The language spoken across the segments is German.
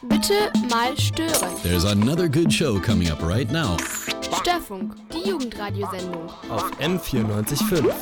Bitte mal stören. There's another good show coming up right now. Störfunk, die Jugendradiosendung. Auf M94.5.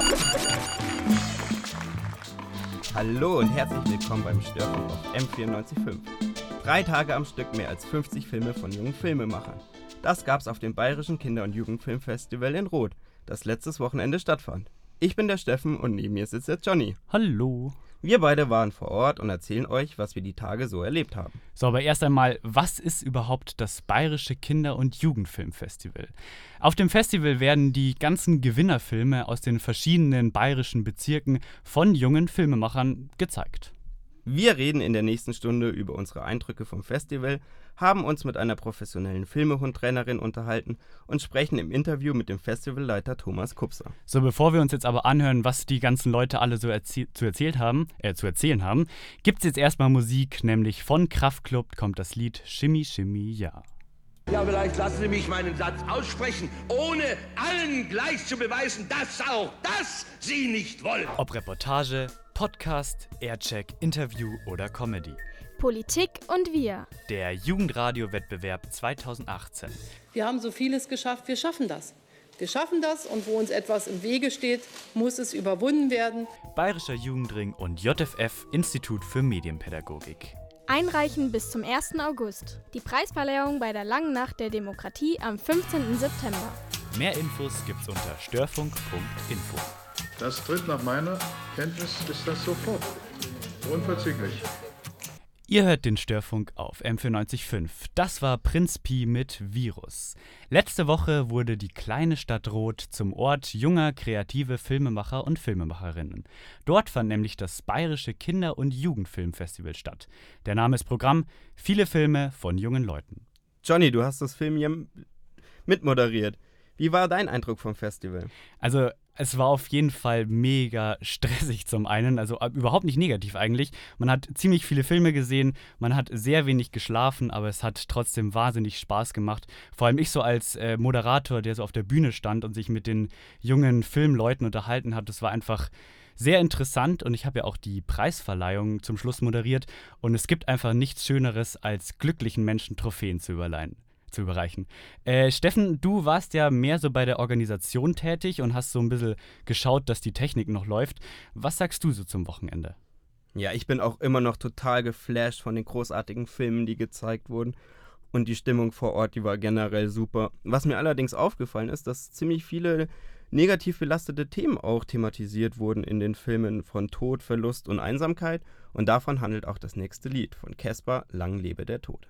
Hallo und herzlich willkommen beim Störfunk auf M94.5. 3 Tage am Stück mehr als 50 Filme von jungen Filmemachern. Das gab's auf dem Bayerischen Kinder- und Jugendfilmfestival in Roth, das letztes Wochenende stattfand. Ich bin der Steffen und neben mir sitzt der Johnny. Hallo. Wir beide waren vor Ort und erzählen euch, was wir die Tage so erlebt haben. So, aber erst einmal, was ist überhaupt das Bayerische Kinder- und Jugendfilmfestival? Auf dem Festival werden die ganzen Gewinnerfilme aus den verschiedenen bayerischen Bezirken von jungen Filmemachern gezeigt. Wir reden in der nächsten Stunde über unsere Eindrücke vom Festival, haben uns mit einer professionellen Filmehundtrainerin unterhalten und sprechen im Interview mit dem Festivalleiter Thomas Kupser. So, bevor wir uns jetzt aber anhören, was die ganzen Leute alle so zu erzählen haben, gibt es jetzt erstmal Musik, nämlich von Kraftklub kommt das Lied Shimmy Shimmy Ja. Ja, vielleicht lassen Sie mich meinen Satz aussprechen, ohne allen gleich zu beweisen, dass auch das Sie nicht wollen. Ob Reportage, Podcast, Aircheck, Interview oder Comedy. Politik und wir. Der Jugendradio-Wettbewerb 2018. Wir haben so vieles geschafft, wir schaffen das. Wir schaffen das und wo uns etwas im Wege steht, muss es überwunden werden. Bayerischer Jugendring und JFF Institut für Medienpädagogik. Einreichen bis zum 1. August. Die Preisverleihung bei der Langen Nacht der Demokratie am 15. September. Mehr Infos gibt's unter störfunk.info. Das tritt nach meiner Kenntnis ist das sofort. Unverzüglich. Ihr hört den Störfunk auf M94.5. Das war Prinz Pi mit Virus. Letzte Woche wurde die kleine Stadt Roth zum Ort junger, kreative Filmemacher und Filmemacherinnen. Dort fand nämlich das Bayerische Kinder- und Jugendfilmfestival statt. Der Name ist Programm, viele Filme von jungen Leuten. Johnny, du hast das Film hier mitmoderiert. Wie war dein Eindruck vom Festival? Also, es war auf jeden Fall mega stressig zum einen, also überhaupt nicht negativ eigentlich. Man hat ziemlich viele Filme gesehen, man hat sehr wenig geschlafen, aber es hat trotzdem wahnsinnig Spaß gemacht. Vor allem ich so als Moderator, der so auf der Bühne stand und sich mit den jungen Filmleuten unterhalten hat, das war einfach sehr interessant und ich habe ja auch die Preisverleihung zum Schluss moderiert und es gibt einfach nichts Schöneres, als glücklichen Menschen Trophäen zu überreichen. Steffen, du warst ja mehr so bei der Organisation tätig und hast so ein bisschen geschaut, dass die Technik noch läuft. Was sagst du so zum Wochenende? Ja, ich bin auch immer noch total geflasht von den großartigen Filmen, die gezeigt wurden. Und die Stimmung vor Ort, die war generell super. Was mir allerdings aufgefallen ist, dass ziemlich viele negativ belastete Themen auch thematisiert wurden in den Filmen von Tod, Verlust und Einsamkeit. Und davon handelt auch das nächste Lied von Casper, Lang lebe der Tod.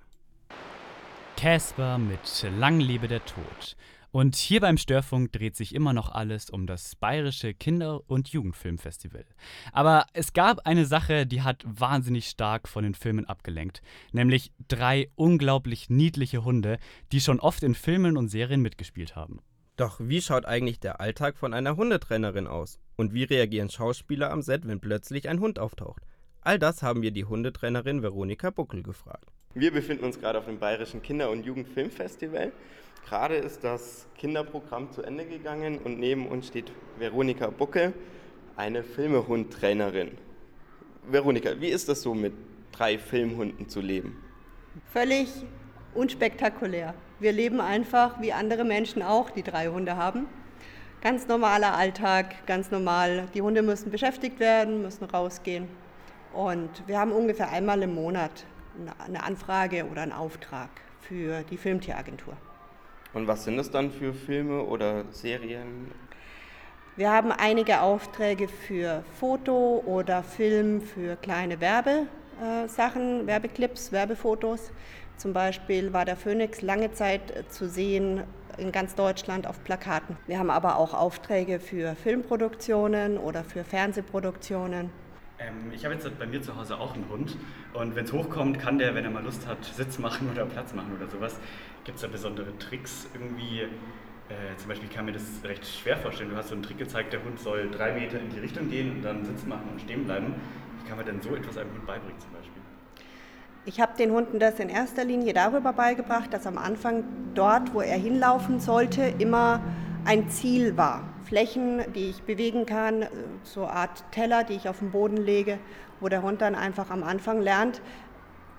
Casper mit Lang lebe der Tod. Und hier beim Störfunk dreht sich immer noch alles um das Bayerische Kinder- und Jugendfilmfestival. Aber es gab eine Sache, die hat wahnsinnig stark von den Filmen abgelenkt. Nämlich 3 unglaublich niedliche Hunde, die schon oft in Filmen und Serien mitgespielt haben. Doch wie schaut eigentlich der Alltag von einer Hundetrainerin aus? Und wie reagieren Schauspieler am Set, wenn plötzlich ein Hund auftaucht? All das haben wir die Hundetrainerin Veronika Buckel gefragt. Wir befinden uns gerade auf dem Bayerischen Kinder- und Jugendfilmfestival. Gerade ist das Kinderprogramm zu Ende gegangen und neben uns steht Veronika Buckel, eine Filmehundtrainerin. Veronika, wie ist das so, mit 3 Filmhunden zu leben? Völlig unspektakulär. Wir leben einfach wie andere Menschen auch, die 3 Hunde haben. Ganz normaler Alltag, ganz normal. Die Hunde müssen beschäftigt werden, müssen rausgehen. Und wir haben ungefähr einmal im Monat eine Anfrage oder einen Auftrag für die Filmtieragentur. Und was sind das dann für Filme oder Serien? Wir haben einige Aufträge für Foto oder Film für kleine Werbesachen, Werbeclips, Werbefotos. Zum Beispiel war der Phönix lange Zeit zu sehen in ganz Deutschland auf Plakaten. Wir haben aber auch Aufträge für Filmproduktionen oder für Fernsehproduktionen. Ich habe jetzt bei mir zu Hause auch einen Hund und wenn es hochkommt, kann der, wenn er mal Lust hat, Sitz machen oder Platz machen oder sowas. Gibt es da besondere Tricks irgendwie? Zum Beispiel kann mir das recht schwer vorstellen. Du hast so einen Trick gezeigt, der Hund soll 3 Meter in die Richtung gehen und dann Sitz machen und stehen bleiben. Wie kann man denn so etwas einem Hund beibringen zum Beispiel? Ich habe den Hunden das in erster Linie darüber beigebracht, dass am Anfang dort, wo er hinlaufen sollte, immer ein Ziel war. Flächen, die ich bewegen kann, so eine Art Teller, die ich auf den Boden lege, wo der Hund dann einfach am Anfang lernt,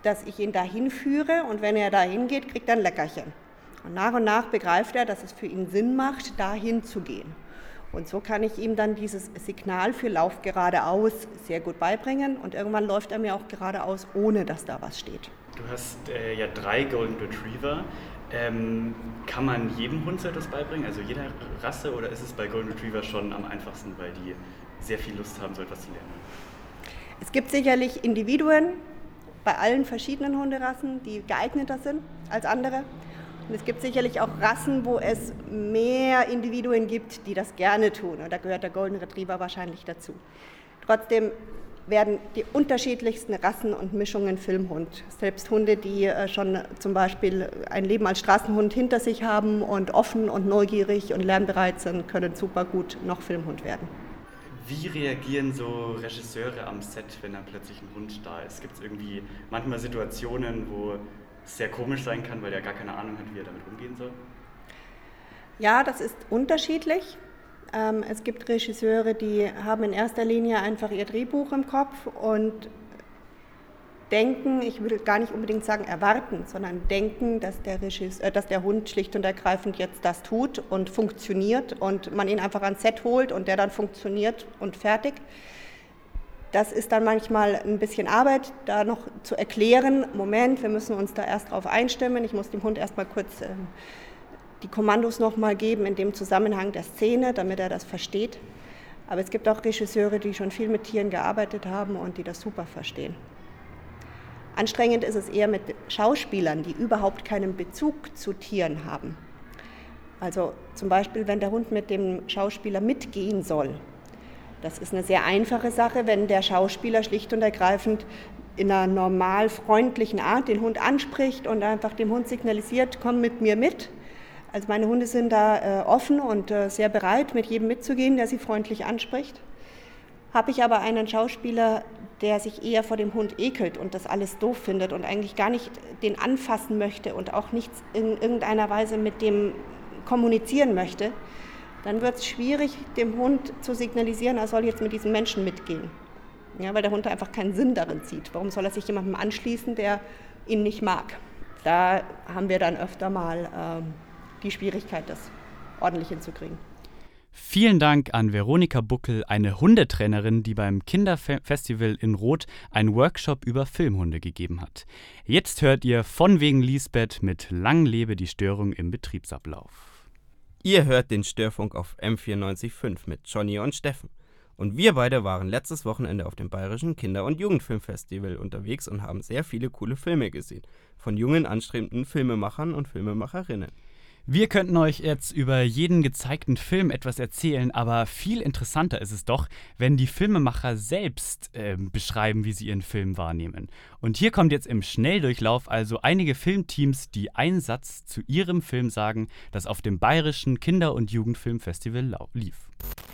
dass ich ihn dahin führe und wenn er dahin geht, kriegt er ein Leckerchen. Und nach begreift er, dass es für ihn Sinn macht, dahin zu gehen. Und so kann ich ihm dann dieses Signal für Lauf geradeaus sehr gut beibringen und irgendwann läuft er mir auch geradeaus, ohne dass da was steht. Du hast ja 3 Golden Retriever. Kann man jedem Hund so etwas beibringen, also jeder Rasse, oder ist es bei Golden Retriever schon am einfachsten, weil die sehr viel Lust haben, so etwas zu lernen? Es gibt sicherlich Individuen bei allen verschiedenen Hunderassen, die geeigneter sind als andere. Und es gibt sicherlich auch Rassen, wo es mehr Individuen gibt, die das gerne tun. Und da gehört der Golden Retriever wahrscheinlich dazu. Trotzdem werden die unterschiedlichsten Rassen und Mischungen Filmhund. Selbst Hunde, die schon zum Beispiel ein Leben als Straßenhund hinter sich haben und offen und neugierig und lernbereit sind, können super gut noch Filmhund werden. Wie reagieren so Regisseure am Set, wenn dann plötzlich ein Hund da ist? Gibt es irgendwie manchmal Situationen, wo es sehr komisch sein kann, weil der gar keine Ahnung hat, wie er damit umgehen soll? Ja, das ist unterschiedlich. Es gibt Regisseure, die haben in erster Linie einfach ihr Drehbuch im Kopf und denken, ich will gar nicht unbedingt sagen erwarten, sondern denken, dass der Hund schlicht und ergreifend jetzt das tut und funktioniert und man ihn einfach ans Set holt und der dann funktioniert und fertig. Das ist dann manchmal ein bisschen Arbeit, da noch zu erklären, Moment, wir müssen uns da erst drauf einstimmen, ich muss dem Hund erst mal kurz die Kommandos nochmal geben in dem Zusammenhang der Szene, damit er das versteht. Aber es gibt auch Regisseure, die schon viel mit Tieren gearbeitet haben und die das super verstehen. Anstrengend ist es eher mit Schauspielern, die überhaupt keinen Bezug zu Tieren haben. Also zum Beispiel, wenn der Hund mit dem Schauspieler mitgehen soll. Das ist eine sehr einfache Sache, wenn der Schauspieler schlicht und ergreifend in einer normal freundlichen Art den Hund anspricht und einfach dem Hund signalisiert, komm mit mir mit. Also meine Hunde sind da offen und sehr bereit, mit jedem mitzugehen, der sie freundlich anspricht. Habe ich aber einen Schauspieler, der sich eher vor dem Hund ekelt und das alles doof findet und eigentlich gar nicht den anfassen möchte und auch nichts in irgendeiner Weise mit dem kommunizieren möchte, dann wird es schwierig, dem Hund zu signalisieren, er soll jetzt mit diesem Menschen mitgehen. Ja, weil der Hund einfach keinen Sinn darin sieht. Warum soll er sich jemandem anschließen, der ihn nicht mag? Da haben wir dann öfter mal die Schwierigkeit, das ordentlich hinzukriegen. Vielen Dank an Veronika Buckel, eine Hundetrainerin, die beim Kinderfestival in Roth einen Workshop über Filmhunde gegeben hat. Jetzt hört ihr von wegen Lisbeth mit Lang lebe die Störung im Betriebsablauf. Ihr hört den Störfunk auf M94.5 mit Johnny und Steffen. Und wir beide waren letztes Wochenende auf dem Bayerischen Kinder- und Jugendfilmfestival unterwegs und haben sehr viele coole Filme gesehen. Von jungen, anstrebenden Filmemachern und Filmemacherinnen. Wir könnten euch jetzt über jeden gezeigten Film etwas erzählen, aber viel interessanter ist es doch, wenn die Filmemacher selbst beschreiben, wie sie ihren Film wahrnehmen. Und hier kommt jetzt im Schnelldurchlauf also einige Filmteams, die einen Satz zu ihrem Film sagen, das auf dem Bayerischen Kinder- und Jugendfilmfestival lief.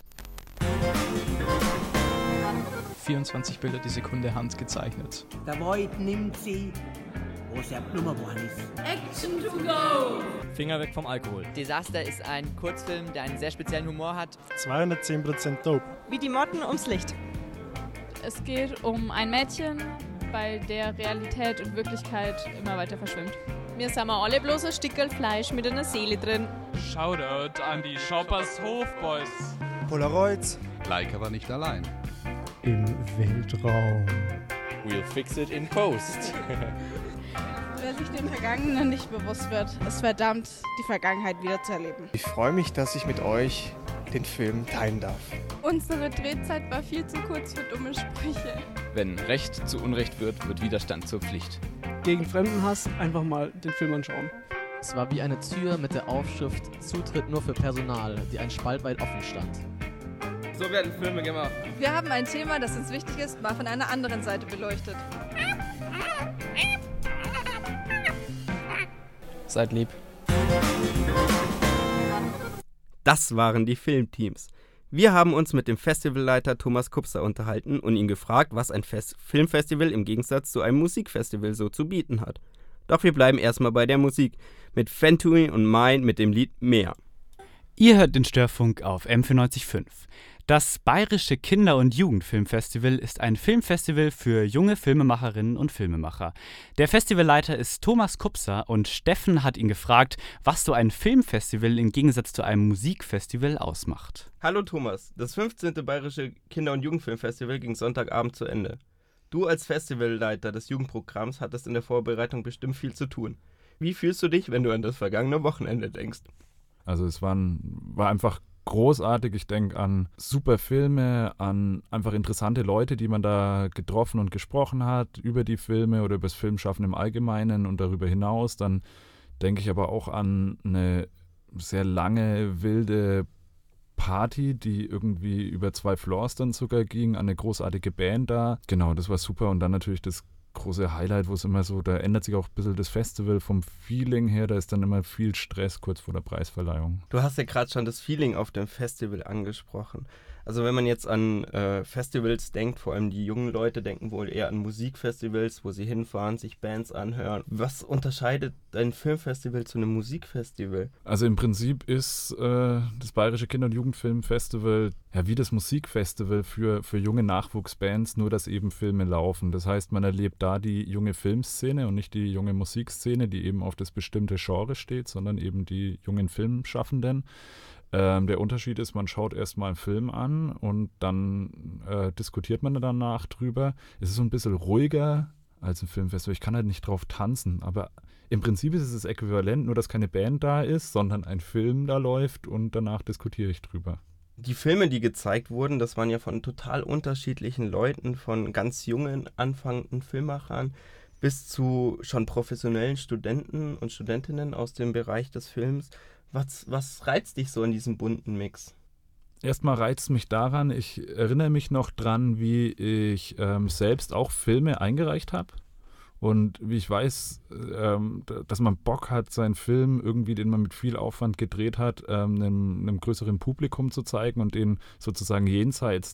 24 Bilder die Sekunde handgezeichnet. Der Wald nimmt sie, wo es Nummer geworden ist. Action to go! Finger weg vom Alkohol. Desaster ist ein Kurzfilm, der einen sehr speziellen Humor hat. 210% dope. Wie die Motten ums Licht. Es geht um ein Mädchen, bei der Realität und Wirklichkeit immer weiter verschwimmt. Wir sind alle bloß ein Stückel Fleisch mit einer Seele drin. Shoutout an die Shoppers Hofboys. Polaroids. Leica war nicht allein. Im Weltraum. We'll fix it in post. Wer sich dem Vergangenen nicht bewusst wird, ist verdammt, die Vergangenheit wieder zu erleben. Ich freue mich, dass ich mit euch den Film teilen darf. Unsere Drehzeit war viel zu kurz für dumme Sprüche. Wenn Recht zu Unrecht wird, wird Widerstand zur Pflicht. Gegen Fremdenhass einfach mal den Film anschauen. Es war wie eine Tür mit der Aufschrift Zutritt nur für Personal, die ein Spalt weit offen stand. So werden Filme gemacht. Wir haben ein Thema, das uns wichtig ist, mal von einer anderen Seite beleuchtet. Seid lieb. Das waren die Filmteams. Wir haben uns mit dem Festivalleiter Thomas Kupser unterhalten und ihn gefragt, was ein Filmfestival im Gegensatz zu einem Musikfestival so zu bieten hat. Doch wir bleiben erstmal bei der Musik, mit Fentui und Mein mit dem Lied Mehr. Ihr hört den Störfunk auf M94.5. Das Bayerische Kinder- und Jugendfilmfestival ist ein Filmfestival für junge Filmemacherinnen und Filmemacher. Der Festivalleiter ist Thomas Kupser und Steffen hat ihn gefragt, was so ein Filmfestival im Gegensatz zu einem Musikfestival ausmacht. Hallo Thomas, das 15. Bayerische Kinder- und Jugendfilmfestival ging Sonntagabend zu Ende. Du als Festivalleiter des Jugendprogramms hattest in der Vorbereitung bestimmt viel zu tun. Wie fühlst du dich, wenn du an das vergangene Wochenende denkst? Also es war einfach großartig. Ich denke an super Filme, an einfach interessante Leute, die man da getroffen und gesprochen hat, über die Filme oder über das Filmschaffen im Allgemeinen und darüber hinaus. Dann denke ich aber auch an eine sehr lange, wilde Party, die irgendwie über 2 Floors dann sogar ging, an eine großartige Band da. Genau, das war super. Und dann natürlich das große Highlight, wo es immer so, da ändert sich auch ein bisschen das Festival vom Feeling her, da ist dann immer viel Stress kurz vor der Preisverleihung. Du hast ja gerade schon das Feeling auf dem Festival angesprochen. Also wenn man jetzt an Festivals denkt, vor allem die jungen Leute denken wohl eher an Musikfestivals, wo sie hinfahren, sich Bands anhören. Was unterscheidet ein Filmfestival zu einem Musikfestival? Also im Prinzip ist das Bayerische Kinder- und Jugendfilmfestival ja wie das Musikfestival für junge Nachwuchsbands, nur dass eben Filme laufen. Das heißt, man erlebt da die junge Filmszene und nicht die junge Musikszene, die eben auf das bestimmte Genre steht, sondern eben die jungen Filmschaffenden. Der Unterschied ist, man schaut erstmal einen Film an und dann diskutiert man danach drüber. Es ist so ein bisschen ruhiger als ein Filmfestival. Ich kann halt nicht drauf tanzen, aber im Prinzip ist es das Äquivalent, nur dass keine Band da ist, sondern ein Film da läuft und danach diskutiere ich drüber. Die Filme, die gezeigt wurden, das waren ja von total unterschiedlichen Leuten, von ganz jungen, anfangenden Filmemachern bis zu schon professionellen Studenten und Studentinnen aus dem Bereich des Films. Was reizt dich so in diesem bunten Mix? Erstmal reizt mich daran, ich erinnere mich noch dran, wie ich selbst auch Filme eingereicht habe. Und wie ich weiß, dass man Bock hat, seinen Film irgendwie, den man mit viel Aufwand gedreht hat, einem größeren Publikum zu zeigen und den sozusagen jenseits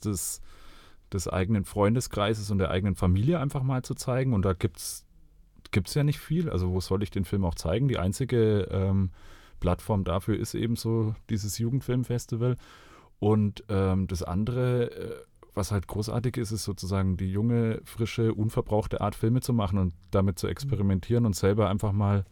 des eigenen Freundeskreises und der eigenen Familie einfach mal zu zeigen. Und da gibt's ja nicht viel. Also wo soll ich den Film auch zeigen? Die einzige Plattform dafür ist eben so dieses Jugendfilmfestival. Und das andere, was halt großartig ist, ist sozusagen die junge, frische, unverbrauchte Art, Filme zu machen und damit zu experimentieren und selber einfach mal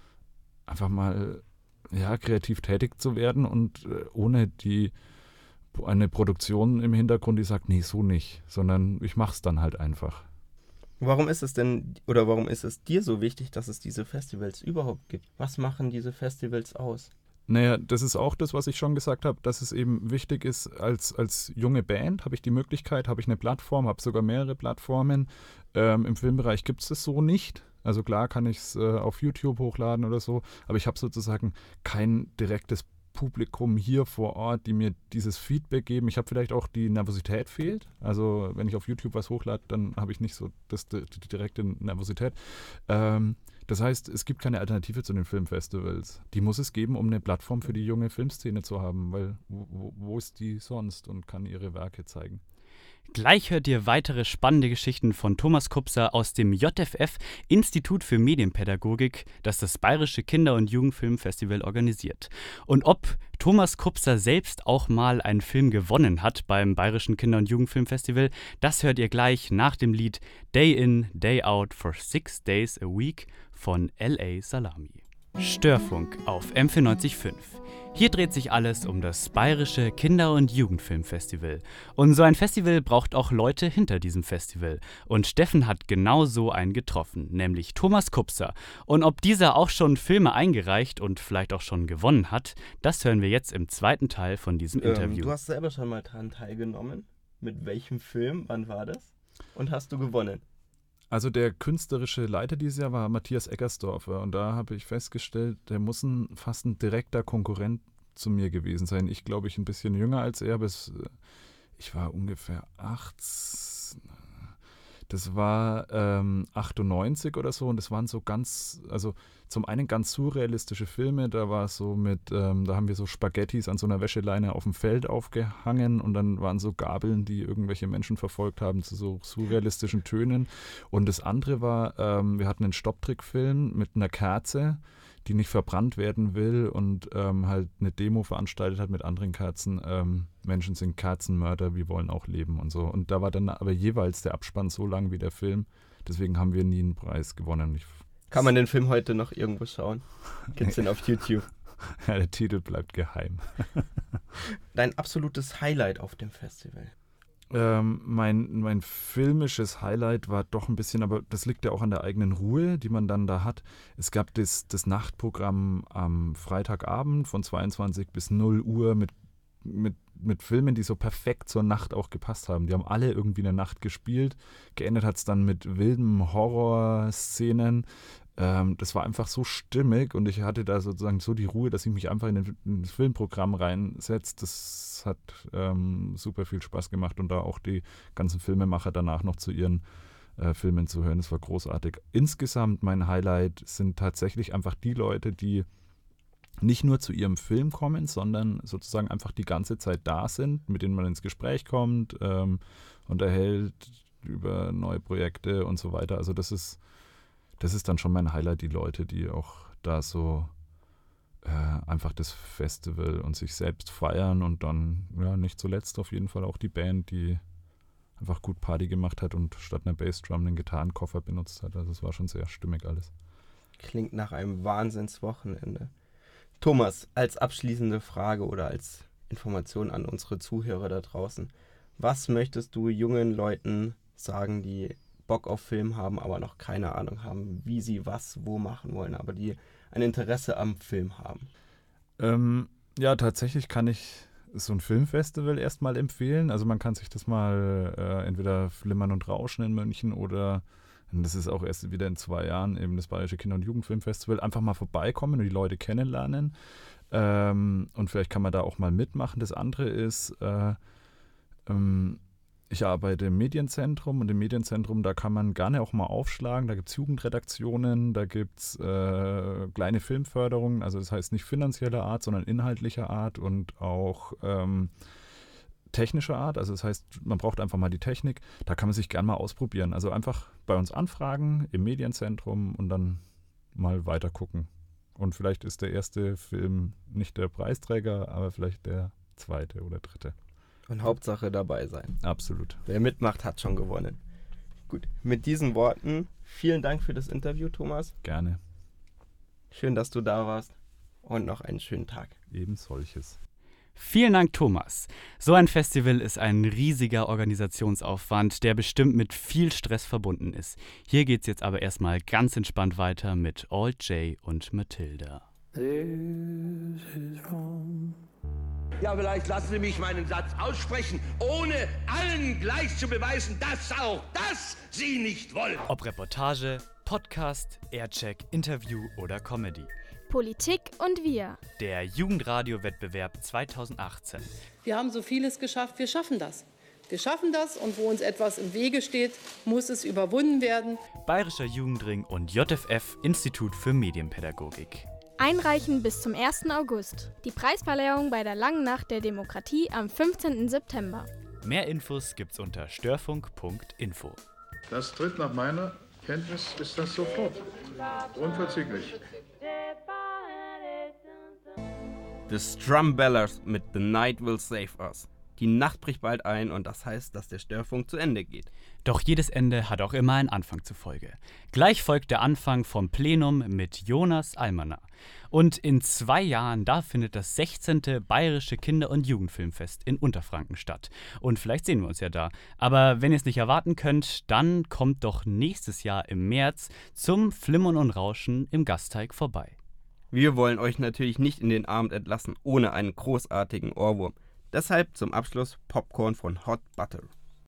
ja, kreativ tätig zu werden und ohne eine Produktion im Hintergrund, die sagt, nee, so nicht, sondern ich mach's dann halt einfach. Warum ist es dir so wichtig, dass es diese Festivals überhaupt gibt? Was machen diese Festivals aus? Naja, das ist auch das, was ich schon gesagt habe, dass es eben wichtig ist, als junge Band habe ich die Möglichkeit, habe ich eine Plattform, habe sogar mehrere Plattformen. Im Filmbereich gibt es das so nicht. Also klar kann ich es auf YouTube hochladen oder so, aber ich habe sozusagen kein direktes Publikum hier vor Ort, die mir dieses Feedback geben. Ich habe vielleicht auch die Nervosität fehlt. Also wenn ich auf YouTube was hochlade, dann habe ich nicht so die direkte Nervosität. Das heißt, es gibt keine Alternative zu den Filmfestivals. Die muss es geben, um eine Plattform für die junge Filmszene zu haben, weil wo ist die sonst und kann ihre Werke zeigen? Gleich hört ihr weitere spannende Geschichten von Thomas Kupser aus dem JFF, Institut für Medienpädagogik, das das Bayerische Kinder- und Jugendfilmfestival organisiert. Und ob Thomas Kupser selbst auch mal einen Film gewonnen hat beim Bayerischen Kinder- und Jugendfilmfestival, das hört ihr gleich nach dem Lied Day In, Day Out for 6 Days a Week von L.A. Salami. Störfunk auf M94.5. Hier dreht sich alles um das Bayerische Kinder- und Jugendfilmfestival. Und so ein Festival braucht auch Leute hinter diesem Festival. Und Steffen hat genau so einen getroffen, nämlich Thomas Kupser. Und ob dieser auch schon Filme eingereicht und vielleicht auch schon gewonnen hat, das hören wir jetzt im zweiten Teil von diesem Interview. Du hast selber schon mal daran teilgenommen. Mit welchem Film? Wann war das? Und hast du gewonnen? Also der künstlerische Leiter dieses Jahr war Matthias Eckersdorfer und da habe ich festgestellt, der muss fast ein direkter Konkurrent zu mir gewesen sein. Ich glaube, ich ein bisschen jünger als er, aber ich war ungefähr 18, das war 98 oder so und das waren so zum einen ganz surrealistische Filme, da war es so da haben wir so Spaghettis an so einer Wäscheleine auf dem Feld aufgehangen und dann waren so Gabeln, die irgendwelche Menschen verfolgt haben zu so surrealistischen Tönen und das andere war, wir hatten einen Stopptrickfilm mit einer Kerze, die nicht verbrannt werden will und halt eine Demo veranstaltet hat mit anderen Kerzen. Menschen sind Kerzenmörder, wir wollen auch leben und so. Und da war dann aber jeweils der Abspann so lang wie der Film. Deswegen haben wir nie einen Preis gewonnen. Kann man den Film heute noch irgendwo schauen? Gibt's den auf YouTube? Ja, der Titel bleibt geheim. Dein absolutes Highlight auf dem Festival? Mein filmisches Highlight war doch ein bisschen, aber das liegt ja auch an der eigenen Ruhe, die man dann da hat. Es gab das Nachtprogramm am Freitagabend von 22 bis 0 Uhr mit Filmen, die so perfekt zur Nacht auch gepasst haben. Die haben alle irgendwie eine Nacht gespielt. Geendet hat es dann mit wilden Horrorszenen. Das war einfach so stimmig und ich hatte da sozusagen so die Ruhe, dass ich mich einfach in das Filmprogramm reinsetze. Das hat super viel Spaß gemacht und da auch die ganzen Filmemacher danach noch zu ihren Filmen zu hören. Das war großartig. Insgesamt mein Highlight sind tatsächlich einfach die Leute, die nicht nur zu ihrem Film kommen, sondern sozusagen einfach die ganze Zeit da sind, mit denen man ins Gespräch kommt, unterhält über neue Projekte und so weiter. Also das ist dann schon mein Highlight, die Leute, die auch da so einfach das Festival und sich selbst feiern und dann, ja, nicht zuletzt auf jeden Fall auch die Band, die einfach gut Party gemacht hat und statt einer Bassdrum einen Gitarrenkoffer benutzt hat. Also es war schon sehr stimmig alles. Klingt nach einem Wahnsinnswochenende. Thomas, als abschließende Frage oder als Information an unsere Zuhörer da draußen, was möchtest du jungen Leuten sagen, die Bock auf Film haben, aber noch keine Ahnung haben, wie sie was wo machen wollen, aber die ein Interesse am Film haben? Ja, tatsächlich kann ich so ein Filmfestival erstmal empfehlen. Also man kann sich das mal entweder Flimmern und Rauschen in München oder, das ist auch erst wieder in 2 Jahren, eben das Bayerische Kinder- und Jugendfilmfestival, einfach mal vorbeikommen und die Leute kennenlernen. Und vielleicht kann man da auch mal mitmachen. Das andere ist, ich arbeite im Medienzentrum und im Medienzentrum, da kann man gerne auch mal aufschlagen. Da gibt es Jugendredaktionen, da gibt es kleine Filmförderungen, also das heißt nicht finanzieller Art, sondern inhaltlicher Art und auch technischer Art. Also das heißt, man braucht einfach mal die Technik. Da kann man sich gerne mal ausprobieren. Also einfach bei uns anfragen im Medienzentrum und dann mal weiter gucken. Und vielleicht ist der erste Film nicht der Preisträger, aber vielleicht der zweite oder dritte. Und Hauptsache dabei sein. Absolut. Wer mitmacht, hat schon gewonnen. Gut, mit diesen Worten, vielen Dank für das Interview, Thomas. Gerne. Schön, dass du da warst und noch einen schönen Tag. Eben solches. Vielen Dank, Thomas. So ein Festival ist ein riesiger Organisationsaufwand, der bestimmt mit viel Stress verbunden ist. Hier geht's jetzt aber erstmal ganz entspannt weiter mit All J und Matilda. Ja, vielleicht lassen Sie mich meinen Satz aussprechen, ohne allen gleich zu beweisen, dass auch das Sie nicht wollen. Ob Reportage, Podcast, Aircheck, Interview oder Comedy. Politik und wir. Der Jugendradio-Wettbewerb 2018. Wir haben so vieles geschafft, wir schaffen das. Wir schaffen das und wo uns etwas im Wege steht, muss es überwunden werden. Bayerischer Jugendring und JFF Institut für Medienpädagogik. Einreichen bis zum 1. August. Die Preisverleihung bei der Langen Nacht der Demokratie am 15. September. Mehr Infos gibt's unter störfunk.info. Das tritt nach meiner Kenntnis, ist das sofort. Unverzüglich. The Strumbellers mit The Night Will Save Us. Die Nacht bricht bald ein und das heißt, dass der Störfunk zu Ende geht. Doch jedes Ende hat auch immer einen Anfang zur Folge. Gleich folgt der Anfang vom Plenum mit Jonas Almaner. Und in 2 Jahren, da findet das 16. Bayerische Kinder- und Jugendfilmfest in Unterfranken statt. Und vielleicht sehen wir uns ja da. Aber wenn ihr es nicht erwarten könnt, dann kommt doch nächstes Jahr im März zum Flimmern und Rauschen im Gasteig vorbei. Wir wollen euch natürlich nicht in den Abend entlassen ohne einen großartigen Ohrwurm. Deshalb zum Abschluss Popcorn von Hot Butter.